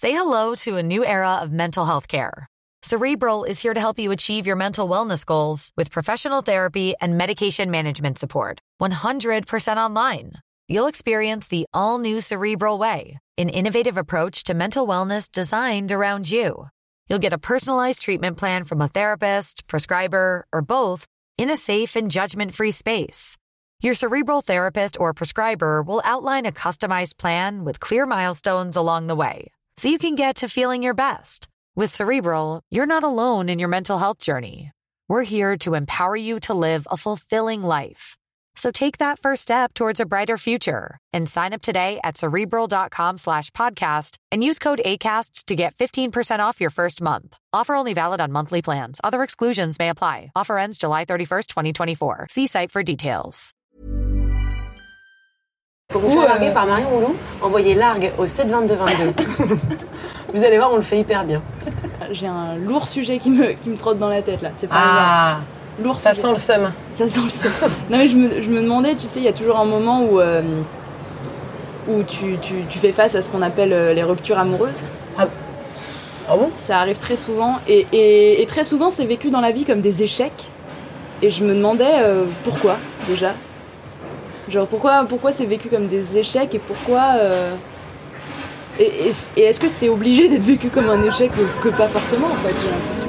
Say hello to a new era of mental health care. Cerebral is here to help you achieve your mental wellness goals with professional therapy and medication management support. 100% online. You'll experience the all-new Cerebral Way, an innovative approach to mental wellness designed around you. You'll get a personalized treatment plan from a therapist, prescriber, or both in a safe and judgment-free space. Your Cerebral therapist or prescriber will outline a customized plan with clear milestones along the way, so you can get to feeling your best. With Cerebral, you're not alone in your mental health journey. We're here to empower you to live a fulfilling life. So take that first step towards a brighter future and sign up today at Cerebral.com/podcast and use code ACAST to get 15% off your first month. Offer only valid on monthly plans. Other exclusions may apply. Offer ends July 31st, 2024. See site for details. Pour vous faire larguer par Marion Roulou, envoyez largue au 72222. Vous allez voir, on le fait hyper bien. J'ai un lourd sujet qui me trotte dans la tête là. C'est pas lourd. Ça sent le seum. Ça sent le seum. Non mais je me demandais, tu sais, il y a toujours un moment où tu fais face à ce qu'on appelle les ruptures amoureuses. Ah bon ? Ça arrive très souvent et très souvent c'est vécu dans la vie comme des échecs. Et je me demandais pourquoi déjà. Genre pourquoi c'est vécu comme des échecs et pourquoi et est-ce que c'est obligé d'être vécu comme un échec que pas forcément en fait, j'ai l'impression.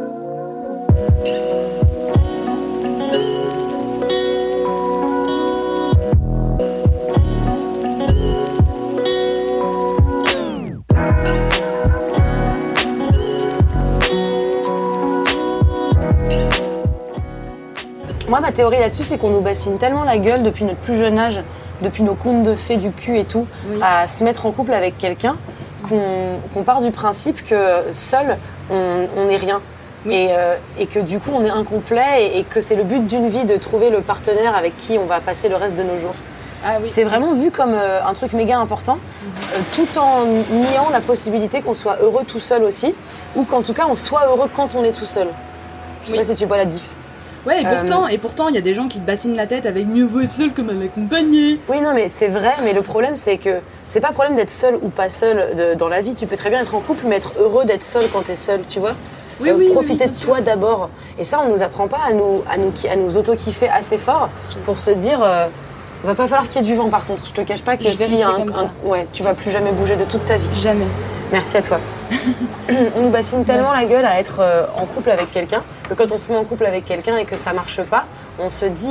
Moi, ma théorie là-dessus, c'est qu'on nous bassine tellement la gueule depuis notre plus jeune âge, depuis nos contes de fées du cul et tout, oui, à se mettre en couple avec quelqu'un, qu'on part du principe que seul, on n'est rien. Oui. Et que du coup, on est incomplet et que c'est le but d'une vie de trouver le partenaire avec qui on va passer le reste de nos jours. Ah, oui. C'est vraiment vu comme un truc méga important, tout en niant la possibilité qu'on soit heureux tout seul aussi, ou qu'en tout cas, on soit heureux quand on est tout seul. Je sais pas si tu vois la diff. Ouais, et pourtant, il y a des gens qui te bassinent la tête avec mieux vaut être seul que mal accompagné. Oui, non, mais c'est vrai, mais le problème, c'est que c'est pas le problème d'être seul ou pas seul dans la vie. Tu peux très bien être en couple, mais être heureux d'être seul quand t'es seul, tu vois. Oui, profiter de toi d'abord. Et ça, on nous apprend pas à nous auto-kiffer assez fort pour se dire va pas falloir qu'il y ait du vent par contre. Je te cache pas que tu vas plus jamais bouger de toute ta vie. Jamais. Merci à toi. On nous bassine tellement la gueule à être en couple avec quelqu'un que quand on se met en couple avec quelqu'un et que ça marche pas, on se dit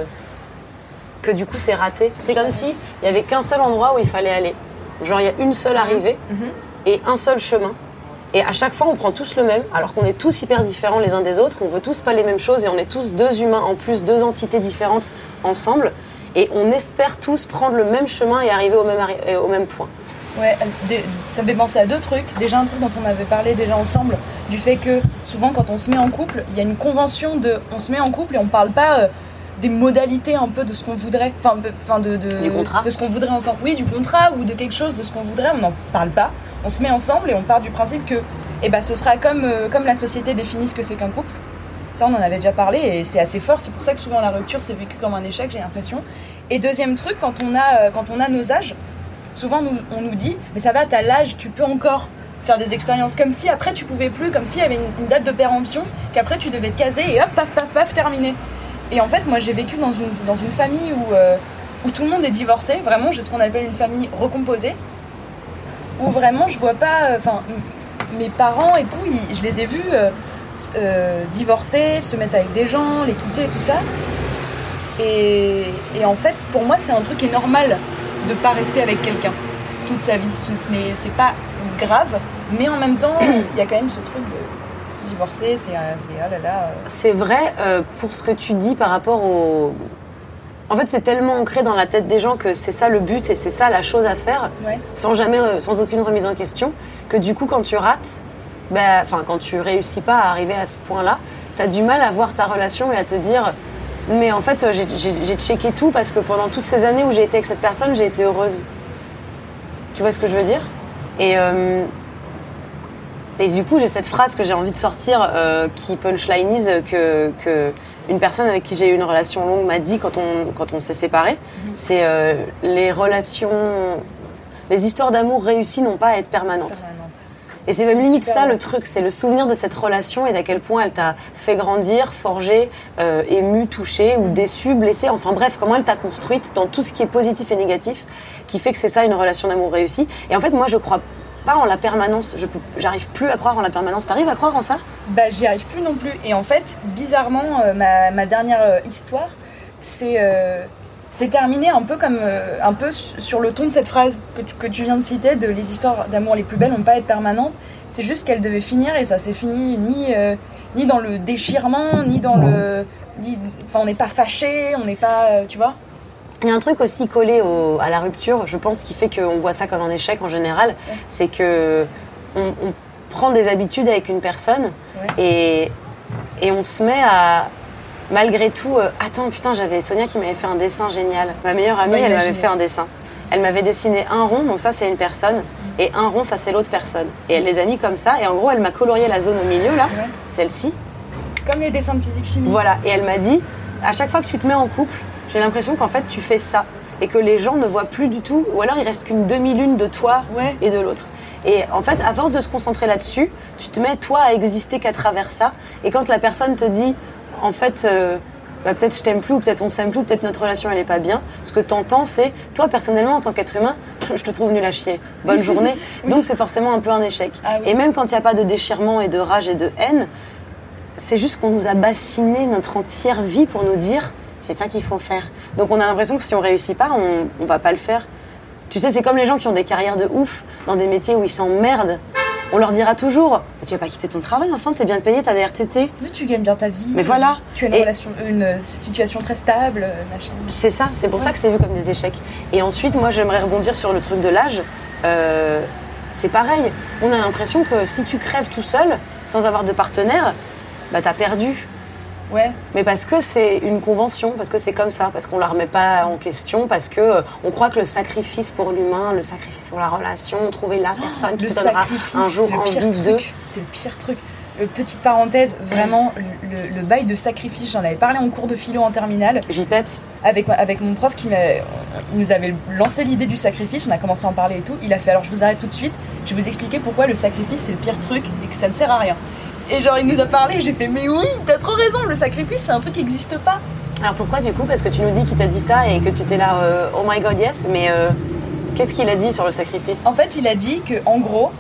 que du coup c'est raté. C'est comme si il y avait qu'un seul endroit où il fallait aller. Genre il y a une seule arrivée et un seul chemin. Et à chaque fois on prend tous le même, alors qu'on est tous hyper différents les uns des autres, on veut tous pas les mêmes choses et on est tous deux humains en plus, deux entités différentes ensemble. Et on espère tous prendre le même chemin et arriver au même point. Ouais, ça me fait penser à deux trucs. Déjà un truc dont on avait parlé déjà ensemble, du fait que souvent quand on se met en couple, il y a une convention on se met en couple et on parle pas des modalités un peu de ce qu'on voudrait, du contrat, de ce qu'on voudrait ensemble. Oui, du contrat ou de quelque chose de ce qu'on voudrait, on n'en parle pas. On se met ensemble et on part du principe que ce sera comme la société définit ce que c'est qu'un couple. Ça, on en avait déjà parlé et c'est assez fort. C'est pour ça que souvent la rupture, c'est vécu comme un échec, j'ai l'impression. Et deuxième truc, quand on a nos âges, souvent on nous dit « mais ça va, t'as l'âge, tu peux encore faire des expériences ». Comme si après tu pouvais plus, comme s'il y avait une date de péremption, qu'après tu devais te caser et hop, paf, paf, paf, terminé. Et en fait, moi j'ai vécu dans une famille où tout le monde est divorcé. Vraiment, j'ai ce qu'on appelle une famille recomposée. Où vraiment, je vois pas... mes parents et tout, je les ai vus... divorcer, se mettre avec des gens, les quitter, tout ça. Et en fait, pour moi, c'est un truc qui est normal de pas rester avec quelqu'un toute sa vie. C'est pas grave, mais en même temps, il y a quand même ce truc de divorcer, c'est oh là là. C'est vrai pour ce que tu dis par rapport au... En fait, c'est tellement ancré dans la tête des gens que c'est ça le but et c'est ça la chose à faire, sans aucune remise en question, que du coup, quand tu rates, quand tu réussis pas à arriver à ce point-là, t'as du mal à voir ta relation et à te dire mais en fait j'ai checké tout parce que pendant toutes ces années où j'ai été avec cette personne, j'ai été heureuse. Tu vois ce que je veux dire ? Et du coup j'ai cette phrase que j'ai envie de sortir qui punchlineise que une personne avec qui j'ai eu une relation longue m'a dit quand on s'est séparés. C'est les histoires d'amour réussies n'ont pas à être permanentes. Et c'est même limite ça le truc, c'est le souvenir de cette relation et d'à quel point elle t'a fait grandir, forgé, ému, touché ou déçu, blessé. Enfin bref, comment elle t'a construite dans tout ce qui est positif et négatif, qui fait que c'est ça une relation d'amour réussie. Et en fait, moi, je crois pas en la permanence. J'arrive plus à croire en la permanence. T'arrives à croire en ça ? Bah, j'y arrive plus non plus. Et en fait, bizarrement, ma dernière histoire, c'est terminé un peu comme un peu sur le ton de cette phrase que tu viens de citer, de les histoires d'amour les plus belles n'ont pas à être permanentes. C'est juste qu'elle devait finir et ça s'est fini ni dans le déchirement, ni dans le... Enfin, on n'est pas fâché, on n'est pas... tu vois ? Il y a un truc aussi collé à la rupture, je pense, qui fait qu'on voit ça comme un échec en général, c'est que on prend des habitudes avec une personne et on se met à... Malgré tout, attends, putain, j'avais Sonia qui m'avait fait un dessin génial. Ma meilleure amie, elle m'avait fait un dessin. Elle m'avait dessiné un rond, donc ça c'est une personne, et un rond, ça c'est l'autre personne. Et elle les a mis comme ça, et en gros, elle m'a colorié la zone au milieu, là, celle-ci. Comme les dessins de physique-chimie. Voilà, et elle m'a dit, à chaque fois que tu te mets en couple, j'ai l'impression qu'en fait, tu fais ça. Et que les gens ne voient plus du tout, ou alors il reste qu'une demi-lune de toi et de l'autre. Et en fait, à force de se concentrer là-dessus, tu te mets, toi, à exister qu'à travers ça. Et quand la personne te dit... En fait, peut-être je t'aime plus, ou peut-être on s'aime plus, ou peut-être notre relation elle est pas bien. Ce que t'entends, c'est toi personnellement en tant qu'être humain, je te trouve nul à chier. Bonne journée. Donc c'est forcément un peu un échec. Et même quand il n'y a pas de déchirement et de rage et de haine, c'est juste qu'on nous a bassiné notre entière vie pour nous dire c'est ça qu'il faut faire. Donc on a l'impression que si on réussit pas, on va pas le faire. Tu sais, c'est comme les gens qui ont des carrières de ouf dans des métiers où ils s'emmerdent. On leur dira toujours, tu vas pas quitter ton travail, enfin, t'es bien payé, t'as des RTT. Mais tu gagnes bien ta vie. Mais voilà. Tu as une situation très stable, machin. C'est ça, c'est pour ça que c'est vu comme des échecs. Et ensuite, moi, j'aimerais rebondir sur le truc de l'âge. C'est pareil. On a l'impression que si tu crèves tout seul, sans avoir de partenaire, bah t'as perdu. Ouais. Mais parce que c'est une convention, parce que c'est comme ça, parce qu'on la remet pas en question, parce que on croit que le sacrifice pour l'humain, le sacrifice pour la relation, trouver la personne qui te donnera un jour envie d'eux. C'est le pire truc. Petite parenthèse, vraiment, le bail de sacrifice, j'en avais parlé en cours de philo en terminale. JPEPS. Avec mon prof il nous avait lancé l'idée du sacrifice, on a commencé à en parler et tout. Il a fait, alors je vous arrête tout de suite, je vais vous expliquer pourquoi le sacrifice c'est le pire truc et que ça ne sert à rien. Et genre, il nous a parlé, j'ai fait, mais oui, t'as trop raison, le sacrifice, c'est un truc qui n'existe pas. Alors pourquoi du coup ? Parce que tu nous dis qu'il t'a dit ça et que tu étais là, oh my god, yes, mais qu'est-ce qu'il a dit sur le sacrifice ? En fait, il a dit que, en gros,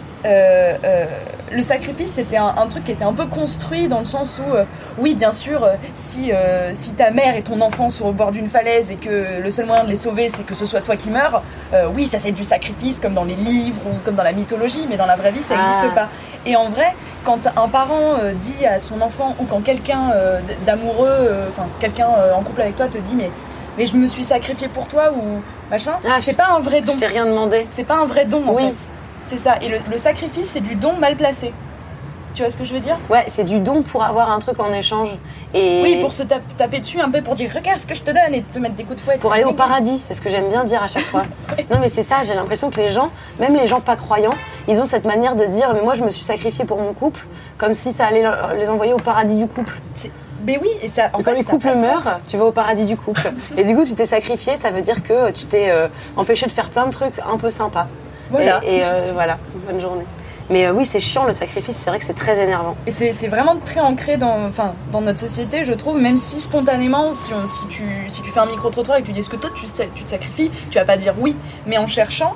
le sacrifice, c'était un truc qui était un peu construit dans le sens où, oui, bien sûr, si ta mère et ton enfant sont au bord d'une falaise et que le seul moyen de les sauver, c'est que ce soit toi qui meurs, oui, ça c'est du sacrifice, comme dans les livres ou comme dans la mythologie, mais dans la vraie vie, ça n'existe pas. Et en vrai, quand un parent dit à son enfant, ou quand quelqu'un d'amoureux, quelqu'un en couple avec toi te dit, mais je me suis sacrifié pour toi, ou machin, c'est pas un vrai don. Je t'ai rien demandé. C'est pas un vrai don, en fait. C'est ça, et le sacrifice, c'est du don mal placé. Tu vois ce que je veux dire ? Ouais, c'est du don pour avoir un truc en échange. Et oui, pour se taper dessus un peu, pour dire « Regarde ce que je te donne » et te mettre des coups de fouet. Pour aller au paradis, c'est ce que j'aime bien dire à chaque fois. Non mais c'est ça, j'ai l'impression que les gens, même les gens pas croyants, ils ont cette manière de dire « Mais moi je me suis sacrifiée pour mon couple », comme si ça allait les envoyer au paradis du couple. Mais oui, et ça. Quand les couples meurent, tu vas au paradis du couple. Et du coup, tu t'es sacrifié, ça veut dire que tu t'es empêché de faire plein de trucs un peu sympas. Voilà. Et voilà, bonne journée. Mais oui, c'est chiant le sacrifice, c'est vrai que c'est très énervant. Et c'est vraiment très ancré dans notre société, je trouve, même si spontanément, si tu fais un micro-trottoir et que tu dis est-ce que toi tu te sacrifies, tu vas pas dire oui, mais en cherchant,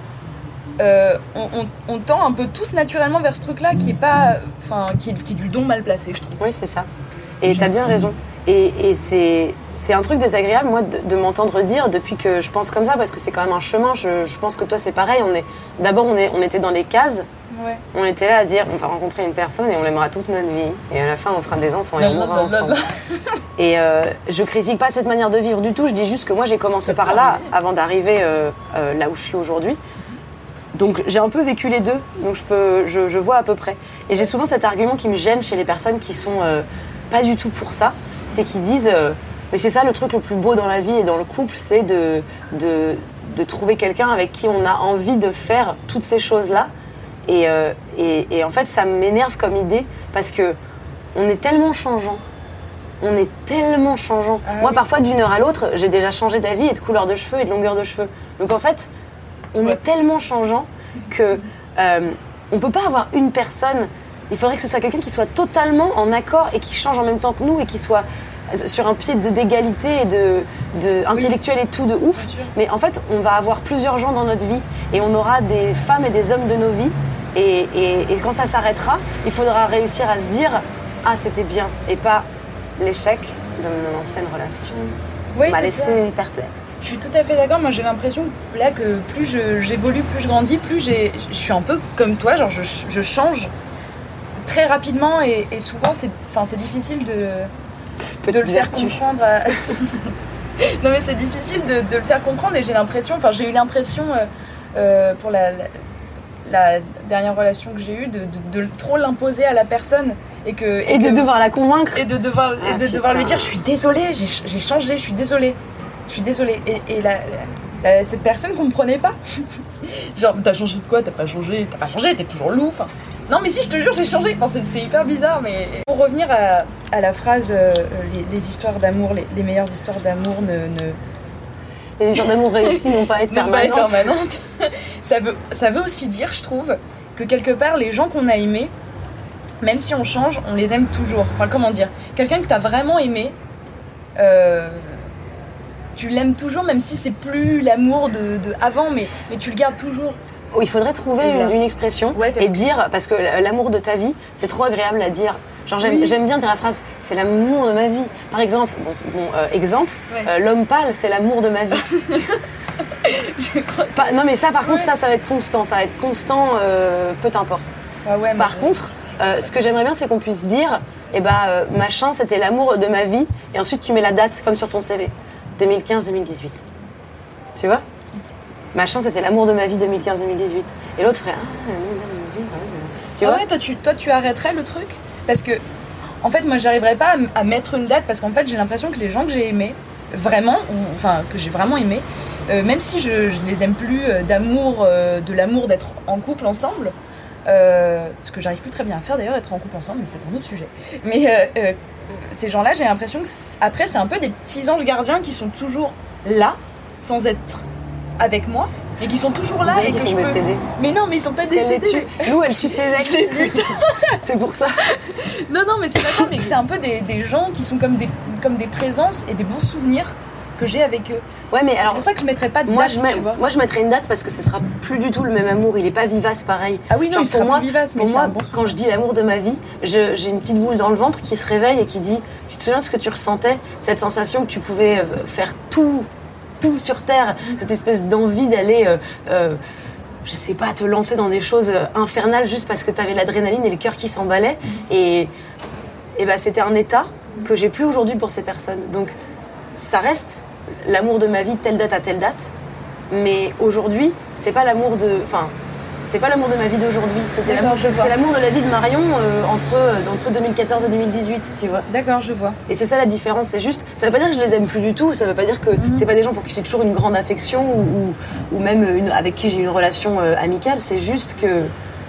on tend un peu tous naturellement vers ce truc-là qui est pas, qui est du don mal placé, je trouve. Oui, c'est ça. Et t'as bien raison. Et c'est un truc désagréable, moi, de m'entendre dire depuis que je pense comme ça, parce que c'est quand même un chemin. Je pense que toi, c'est pareil. D'abord, on était dans les cases. Ouais. On était là à dire, on va rencontrer une personne et on l'aimera toute notre vie. Et à la fin, on fera des enfants et on mourra ensemble. Et je critique pas cette manière de vivre du tout. Je dis juste que moi, j'ai commencé par là avant d'arriver là où je suis aujourd'hui. Donc j'ai un peu vécu les deux, donc je vois à peu près. Et j'ai souvent cet argument qui me gêne chez les personnes qui sont pas du tout pour ça, c'est qu'ils disent mais c'est ça le truc le plus beau dans la vie et dans le couple, c'est de trouver quelqu'un avec qui on a envie de faire toutes ces choses-là. Et en fait, ça m'énerve comme idée parce que on est tellement changeant. On est tellement changeant. Moi, parfois, d'une heure à l'autre, j'ai déjà changé d'avis et de couleur de cheveux et de longueur de cheveux. Donc en fait, on est tellement changeant que on peut pas avoir une personne. Il faudrait que ce soit quelqu'un qui soit totalement en accord et qui change en même temps que nous et qui soit sur un pied d'égalité et de intellectuel et tout de ouf. Mais en fait, on va avoir plusieurs gens dans notre vie et on aura des femmes et des hommes de nos vies. Et quand ça s'arrêtera, il faudra réussir à se dire « Ah, c'était bien » et pas l'échec de mon ancienne relation m'a laissé perplexe. Je suis tout à fait d'accord. Moi, j'ai l'impression là que plus j'évolue, plus je grandis, plus je suis un peu comme toi. Genre, je change très rapidement et souvent, c'est difficile de le faire comprendre. Non, mais c'est difficile de le faire comprendre et j'ai eu l'impression pour la dernière relation que j'ai eue de trop l'imposer à la personne et de devoir la convaincre et de devoir lui dire je suis désolée, j'ai changé, je suis désolée et cette personne comprenait pas. Genre t'as changé de quoi? T'as pas changé, t'es toujours loup. Enfin, non mais si, je te jure, j'ai changé. Enfin, c'est hyper bizarre. Mais pour revenir à la phrase les histoires d'amour, les meilleures histoires d'amour les histoires d'amour réussies n'ont pas à être permanentes. Ça veut aussi dire, je trouve, que quelque part, les gens qu'on a aimés, même si on change, on les aime toujours. Enfin, comment dire, quelqu'un que t'as vraiment aimé, tu l'aimes toujours, même si c'est plus l'amour de avant, mais tu le gardes toujours. Il faudrait trouver une expression et dire, parce que l'amour de ta vie, c'est trop agréable à dire. Genre, j'aime bien dire la phrase, c'est l'amour de ma vie. Par exemple, l'homme pâle, c'est l'amour de ma vie. Je crois non, mais ça, par contre, ça va être constant. Ça va être constant, peu t'importe. Par contre, ce que j'aimerais bien, c'est qu'on puisse dire, machin, c'était l'amour de ma vie, et ensuite tu mets la date, comme sur ton CV, 2015-2018. Tu vois ? Machin, c'était l'amour de ma vie 2015-2018. Et l'autre ferait, 2015-2018, tu vois ? Toi, tu arrêterais le truc ? Parce que, en fait, moi, j'arriverais pas à mettre une date, parce qu'en fait, j'ai l'impression que les gens que j'ai aimés, vraiment, que j'ai vraiment aimés, même si je les aime plus d'amour, de l'amour d'être en couple ensemble, ce que j'arrive plus très bien à faire d'ailleurs, être en couple ensemble, mais c'est un autre sujet. Mais ces gens-là, j'ai l'impression que après, c'est un peu des petits anges gardiens qui sont toujours là, sans être avec moi, et qui sont toujours là et que sont décédés. Mais non, mais ils sont pas décédés. Nous, elle suit ses ex. C'est pour ça. Non, mais c'est pas ça, mais que c'est un peu des gens qui sont comme des présences et des bons souvenirs que j'ai avec eux. Ouais, mais alors, c'est pour ça que je mettrais pas de date, tu vois. Moi, je mettrais une date parce que ce sera plus du tout le même amour. Il est pas vivace pareil. Ah oui, non, il sera plus vivace, mais pour moi, c'est un bon souvenir. Quand je dis l'amour de ma vie, j'ai une petite boule dans le ventre qui se réveille et qui dit, tu te souviens ce que tu ressentais, cette sensation que tu pouvais faire tout sur Terre, cette espèce d'envie d'aller, je sais pas, te lancer dans des choses infernales juste parce que t'avais l'adrénaline et le cœur qui s'emballait. Et c'était un état que j'ai plus aujourd'hui pour ces personnes. Donc, ça reste l'amour de ma vie, telle date à telle date. Mais aujourd'hui, c'est pas l'amour de ma vie d'aujourd'hui. C'est l'amour de la vie de Marion entre 2014 et 2018, tu vois. D'accord, je vois. Et c'est ça la différence. C'est juste, ça veut pas dire que je les aime plus du tout. Ça veut pas dire que c'est pas des gens pour qui j'ai toujours une grande affection ou même avec qui j'ai une relation amicale. C'est juste que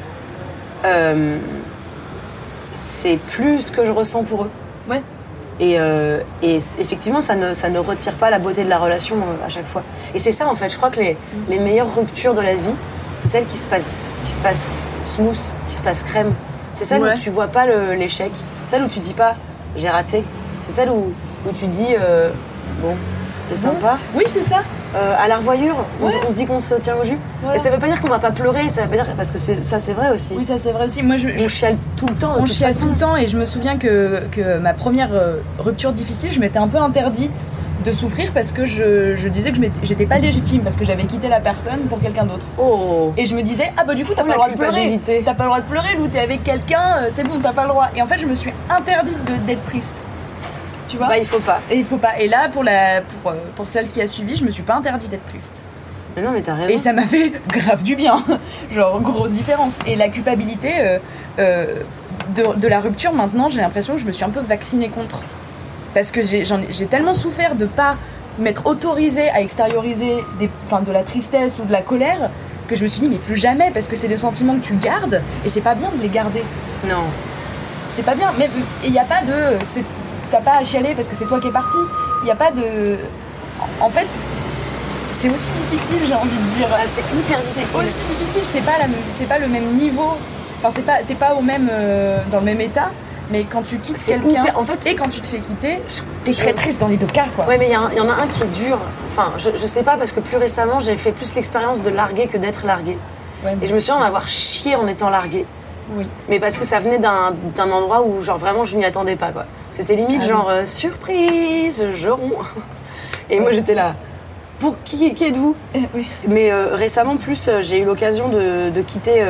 c'est plus ce que je ressens pour eux. Ouais. Et effectivement, ça ne retire pas la beauté de la relation à chaque fois. Et c'est ça, en fait. Je crois que les meilleures ruptures de la vie, c'est celles qui se passent smooth, qui se passent crème. C'est celle où tu vois pas l'échec. Celle où tu dis pas « j'ai raté ». C'est celle où tu dis bon, c'était sympa. Oui, c'est ça. À la revoyure, on se dit qu'on se tient au jus. Voilà. Et ça veut pas dire qu'on va pas pleurer, ça veut pas dire parce que ça c'est vrai aussi. Oui, ça c'est vrai aussi. Moi, on chiale tout le temps. On chiale tout le temps et je me souviens que ma première rupture difficile, je m'étais un peu interdite de souffrir parce que je disais que j'étais pas légitime parce que j'avais quitté la personne pour quelqu'un d'autre. Oh. Et je me disais du coup t'as pas le droit de pleurer. T'as pas le droit de pleurer, Lou, t'es avec quelqu'un, c'est bon, t'as pas le droit. Et en fait, je me suis interdite d'être triste. Tu vois ? Il faut pas. Et il faut pas. Et là, pour celle qui a suivi, je me suis pas interdite d'être triste. Mais non, mais t'as raison. Et ça m'a fait grave du bien. Genre, grosse différence. Et la culpabilité de la rupture, maintenant, j'ai l'impression que je me suis un peu vaccinée contre. Parce que j'ai tellement souffert de pas m'être autorisée à extérioriser de la tristesse ou de la colère que je me suis dit, mais plus jamais, parce que c'est des sentiments que tu gardes et c'est pas bien de les garder. Non. C'est pas bien. Mais il n'y a pas de... T'as pas à chialer parce que c'est toi qui es parti. Il n'y a pas de... En fait, c'est aussi difficile, j'ai envie de dire. C'est hyper difficile. C'est aussi difficile, c'est pas le même niveau. Enfin, t'es pas au même, dans le même état. Mais quand tu quittes quelqu'un, en fait, et quand tu te fais quitter, t'es très triste dans les deux cas, quoi. Ouais, mais il y en a un qui est dur. Enfin, je sais pas, parce que plus récemment, j'ai fait plus l'expérience de larguer que d'être larguée. Ouais, et je me suis en avoir chié en étant larguée. Oui. Mais parce que ça venait d'un endroit où, genre, vraiment, je m'y attendais pas, quoi. C'était limite, surprise, geron. Et moi, j'étais là. Pour qui êtes-vous ? Oui. Mais récemment, plus, j'ai eu l'occasion de quitter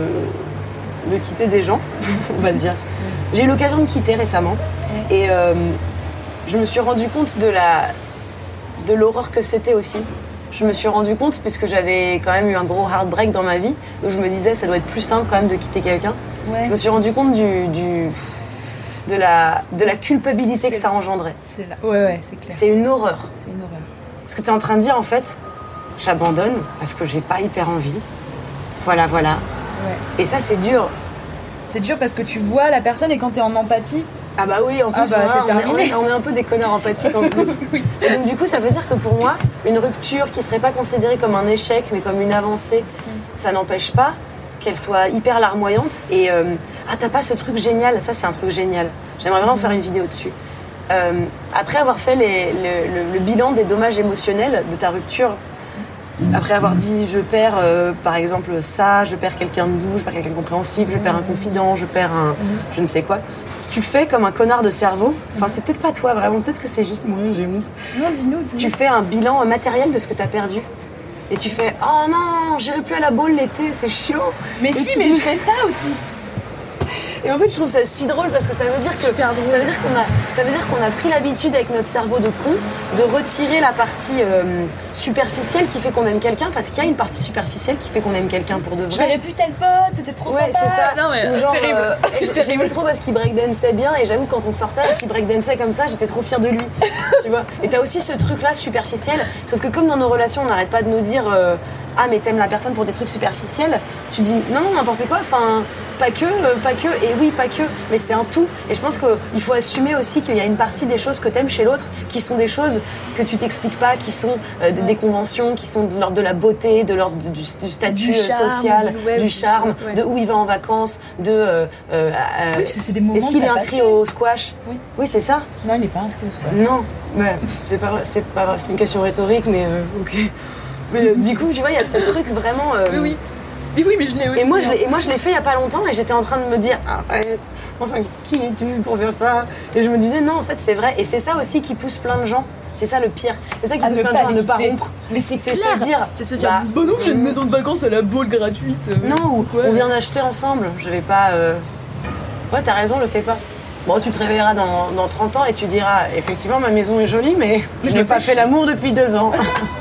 des gens, on va dire. J'ai eu l'occasion de quitter récemment. Et je me suis rendu compte de l'horreur que c'était aussi. Je me suis rendu compte, puisque j'avais quand même eu un gros heartbreak dans ma vie, où je me disais ça doit être plus simple quand même de quitter quelqu'un. Ouais. Je me suis rendu compte de la culpabilité que ça engendrait. C'est là. Ouais, c'est clair. C'est une horreur. C'est une horreur. Ce que tu es en train de dire, en fait, j'abandonne parce que j'ai pas hyper envie. Voilà. Ouais. Et ça, c'est dur. C'est dur parce que tu vois la personne et quand t'es en empathie. Ah bah oui, en plus, c'est terminé. On est un peu des connards empathiques en plus. Oui. Et donc du coup, ça veut dire que pour moi, une rupture qui serait pas considérée comme un échec, mais comme une avancée, ça n'empêche pas qu'elle soit hyper larmoyante. Et t'as pas ce truc génial, ça c'est un truc génial. J'aimerais vraiment faire une vidéo dessus. Après avoir fait le bilan des dommages émotionnels de ta rupture, après avoir dit je perds par exemple ça, je perds quelqu'un de doux, je perds quelqu'un de compréhensif, je perds un confident, je perds un je ne sais quoi, tu fais comme un connard de cerveau, enfin c'est peut-être pas toi vraiment, peut-être que c'est juste moi, j'ai honte. Non, dis-nous. Tu fais un bilan matériel de ce que t'as perdu. Et tu fais « Oh non, j'irai plus à la boule l'été, c'est chiant !» Mais si, mais je fais ça aussi. Et en fait, je trouve ça si drôle parce que ça veut dire qu'on a pris l'habitude avec notre cerveau de con de retirer la partie superficielle qui fait qu'on aime quelqu'un, parce qu'il y a une partie superficielle qui fait qu'on aime quelqu'un pour de vrai. Je verrais plus tel pote, c'était trop sympa. Ouais, c'est ça. Non, mais ou genre, terrible. J'aimais trop parce qu'il breakdançait bien et j'avoue que quand on sortait et qu'il breakdançait comme ça, j'étais trop fière de lui. Tu vois. Et t'as aussi ce truc-là superficiel, sauf que comme dans nos relations, on n'arrête pas de nous dire ah mais t'aimes la personne pour des trucs superficiels, tu dis non n'importe quoi, enfin pas que, et oui pas que, mais c'est un tout. Et je pense qu'il faut assumer aussi qu'il y a une partie des choses que t'aimes chez l'autre qui sont des choses que tu t'expliques pas, qui sont des conventions, qui sont de l'ordre de la beauté, de l'ordre du statut social, du charme, de où il va en vacances, de c'est des moments est-ce qu'il est inscrit au squash ? Oui c'est ça. Non, il n'est pas inscrit au squash. Non, mais c'est pas vrai, c'est une question rhétorique, mais ok. Mais du coup, tu vois, il y a ce truc vraiment. Oui, mais je l'ai aussi. Et moi, je l'ai fait il y a pas longtemps et j'étais en train de me dire arrête, enfin, qui es-tu pour faire ça ? Et je me disais non, en fait, c'est vrai. Et c'est ça aussi qui pousse plein de gens. C'est ça le pire. C'est ça qui pousse plein de gens à ne pas rompre. Mais c'est se dire. C'est se dire. Bah non, j'ai une maison de vacances à la boule gratuite. Non, ou on vient d'acheter ensemble. Je vais pas. Ouais, t'as raison, le fais pas. Bon, tu te réveilleras dans 30 ans et tu diras effectivement, ma maison est jolie, mais je n'ai pas fait l'amour depuis 2 ans.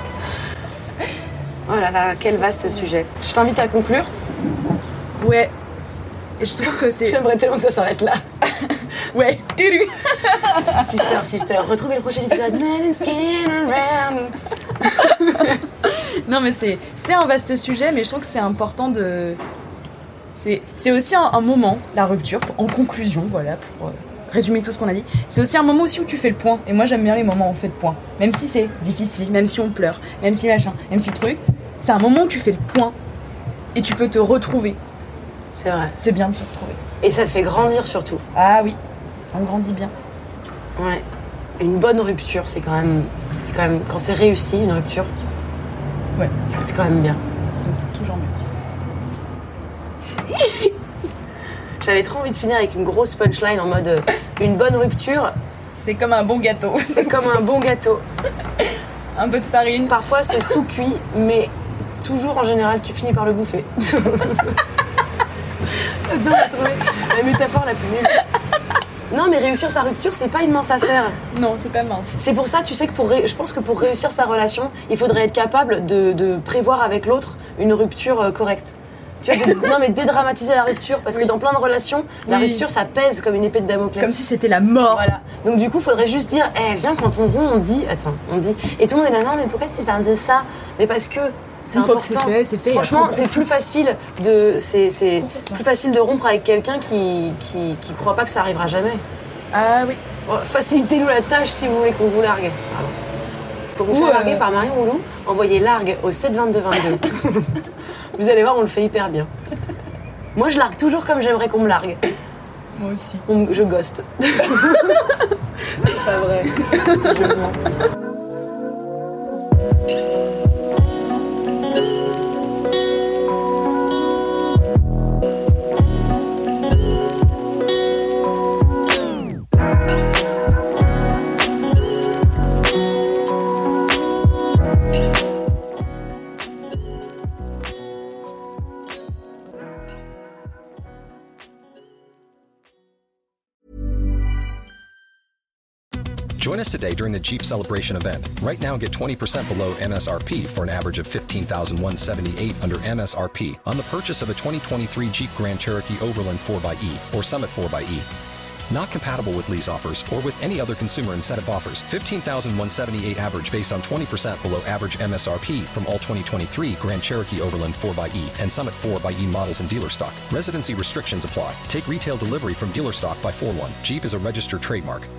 Oh là là, quel vaste sujet. Je t'invite à conclure. Ouais. Et je trouve que c'est... J'aimerais tellement que ça s'arrête là. Ouais. Sister, retrouvez le prochain épisode. Non mais c'est un vaste sujet, mais je trouve que c'est important de... C'est aussi un moment, la rupture, en conclusion, voilà, pour résumer tout ce qu'on a dit. C'est aussi un moment aussi où tu fais le point. Et moi j'aime bien les moments où on fait le point. Même si c'est difficile, même si on pleure, même si machin, même si le truc... C'est un moment où tu fais le point et tu peux te retrouver. C'est vrai. C'est bien de se retrouver. Et ça te fait grandir surtout. Ah oui, on grandit bien. Ouais. Une bonne rupture, c'est quand même quand c'est réussi, une rupture. Ouais. C'est quand même bien. C'est toujours mieux. J'avais trop envie de finir avec une grosse punchline en mode une bonne rupture. C'est comme un bon gâteau. C'est comme un bon gâteau. Un peu de farine. Parfois c'est sous-cuit, mais toujours en général tu finis par le bouffer. Attends, j'ai trouvé la métaphore la plus nulle. Non, mais réussir sa rupture, c'est pas une mince affaire. Non, c'est pas mince. C'est pour ça, tu sais, que je pense que pour réussir sa relation, il faudrait être capable de prévoir avec l'autre une rupture correcte. Tu vois, non mais dédramatiser la rupture, parce que dans plein de relations, la rupture ça pèse comme une épée de Damoclès. Comme si c'était la mort. Voilà. Donc du coup, faudrait juste dire, viens, quand on rompt, on dit. Et tout le monde est là, non, mais pourquoi tu parles de ça ? Mais parce que c'est important. C'est fait. Franchement, c'est plus facile plus facile de rompre avec quelqu'un qui croit pas que ça arrivera jamais. Ah oui. Bon, facilitez-nous la tâche si vous voulez qu'on vous largue. Pardon. Pour vous faire larguer par Marion Moulou, envoyez largue au 72222. Vous allez voir, on le fait hyper bien. Moi, je largue toujours comme j'aimerais qu'on me largue. Moi aussi. Je ghost. C'est pas vrai. Join us today during the Jeep Celebration event. Right now, get 20% below MSRP for an average of $15,178 under MSRP on the purchase of a 2023 Jeep Grand Cherokee Overland 4xE or Summit 4xE. Not compatible with lease offers or with any other consumer incentive offers. $15,178 average based on 20% below average MSRP from all 2023 Grand Cherokee Overland 4xE and Summit 4xE models in dealer stock. Residency restrictions apply. Take retail delivery from dealer stock by 4/1. Jeep is a registered trademark.